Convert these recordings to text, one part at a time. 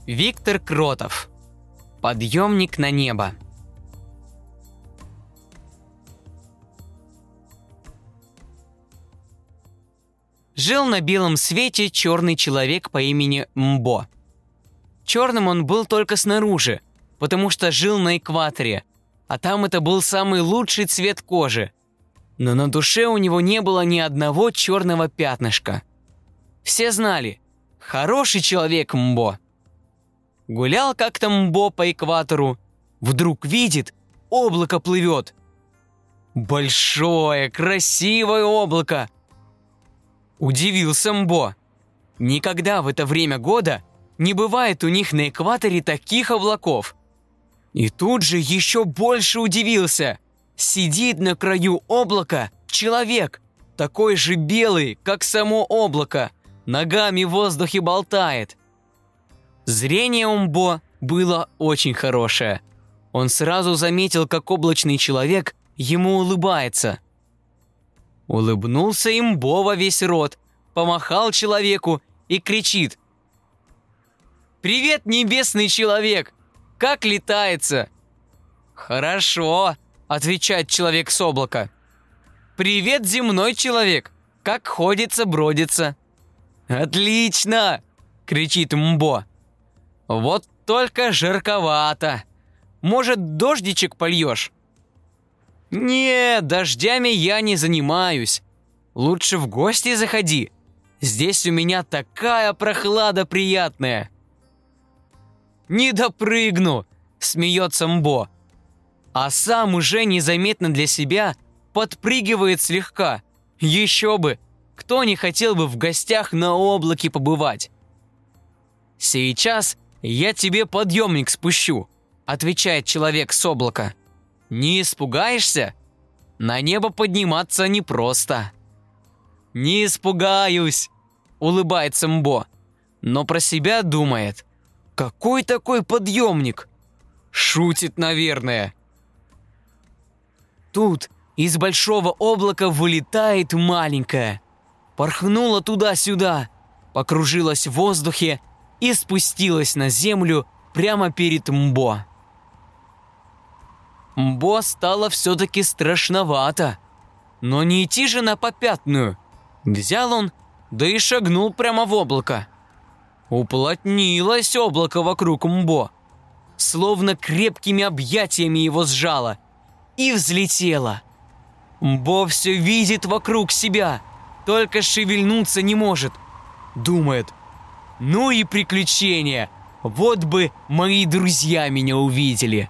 Виктор Кротов. Подъемник на небо. Жил на белом свете черный человек по имени Мбо. Черным он был только снаружи, потому что жил на экваторе, а там это был самый лучший цвет кожи. Но на душе у него не было ни одного черного пятнышка. Все знали, хороший человек Мбо. Гулял как-то Мбо по экватору, вдруг видит, облако плывет. Большое, красивое облако. Удивился Мбо. Никогда в это время года не бывает у них на экваторе таких облаков. И тут же еще больше удивился. Сидит на краю облака человек, такой же белый, как само облако, ногами в воздухе болтает. Зрение у Мбо было очень хорошее. Он сразу заметил, как облачный человек ему улыбается. Улыбнулся им Мбо во весь рот, помахал человеку и кричит: «Привет, небесный человек! Как летается?» «Хорошо», — отвечает человек с облака. «Привет, земной человек! Как ходится-бродится?» «Отлично!» — кричит Мбо. «Вот только жарковато. Может, дождичек польешь?» «Не, дождями я не занимаюсь. Лучше в гости заходи. Здесь у меня такая прохлада приятная». «Не допрыгну», — смеется Мбо. А сам уже незаметно для себя подпрыгивает слегка. Еще бы, кто не хотел бы в гостях на облаке побывать? «Сейчас я тебе подъемник спущу», — отвечает человек с облака. «Не испугаешься? На небо подниматься непросто». «Не испугаюсь», — улыбается Мбо, но про себя думает: «Какой такой подъемник?» Шутит, наверное. Тут из большого облака вылетает маленькая. Порхнула туда-сюда, покружилась в воздухе и спустилась на землю прямо перед Мбо. Мбо стало все-таки страшновато. Но не идти же на попятную. Взял он, да и шагнул прямо в облако. Уплотнилось облако вокруг Мбо, словно крепкими объятиями его сжало, и взлетело. Мбо все видит вокруг себя, только шевельнуться не может. Думает: ну и приключения, вот бы мои друзья меня увидели.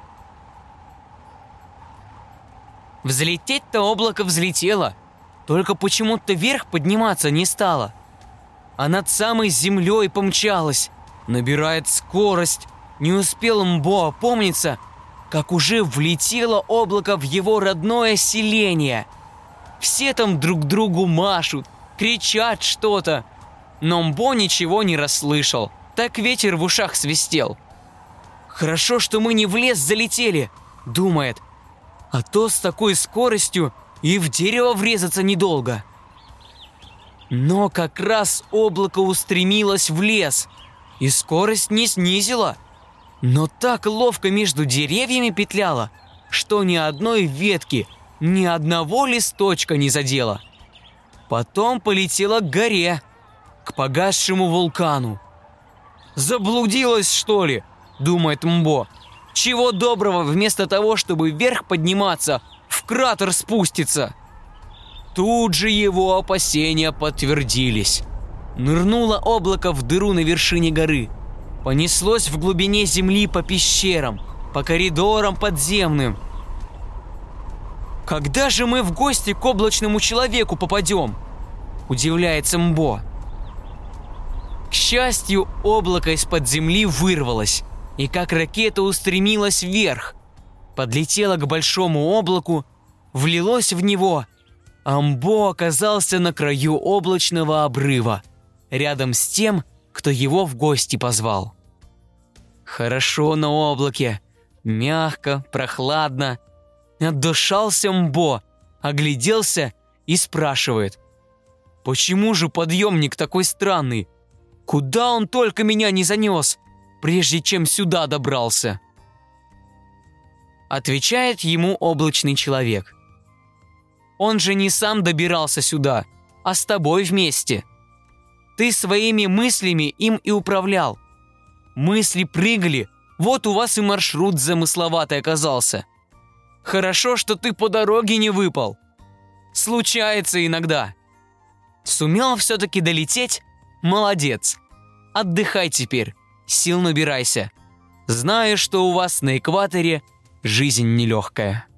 Взлететь-то облако взлетело, только почему-то вверх подниматься не стало. А над самой землей помчалась, набирает скорость. Не успел Мбо опомниться, как уже влетело облако в его родное селение. Все там друг другу машут, кричат что-то. Но Мбо ничего не расслышал, так ветер в ушах свистел. «Хорошо, что мы не в лес залетели», — думает, «а то с такой скоростью и в дерево врезаться недолго». Но как раз облако устремилось в лес, и скорость не снизило, но так ловко между деревьями петляло, что ни одной ветки, ни одного листочка не задело. Потом полетело к горе, к погасшему вулкану. «Заблудилась, что ли?» — думает Мбо. «Чего доброго, вместо того, чтобы вверх подниматься, в кратер спустится». Тут же его опасения подтвердились. Нырнуло облако в дыру на вершине горы. Понеслось в глубине земли по пещерам, по коридорам подземным. «Когда же мы в гости к облачному человеку попадем?» – удивляется Мбо. К счастью, облако из-под земли вырвалось и как ракета устремилось вверх. Подлетело к большому облаку, влилось в него, а Мбо оказался на краю облачного обрыва, рядом с тем, кто его в гости позвал. Хорошо на облаке, мягко, прохладно. Отдышался Мбо, огляделся и спрашивает: «Почему же подъемник такой странный? Куда он только меня не занес? прежде чем сюда добрался?» Отвечает ему облачный человек: «Он же не сам добирался сюда, а с тобой вместе. Ты своими мыслями им и управлял. Мысли прыгали, вот у вас и маршрут замысловатый оказался. Хорошо, что ты по дороге не выпал. Случается иногда. Сумел все-таки долететь? Молодец. Отдыхай теперь, сил набирайся. Знаю, что у вас на экваторе жизнь нелегкая».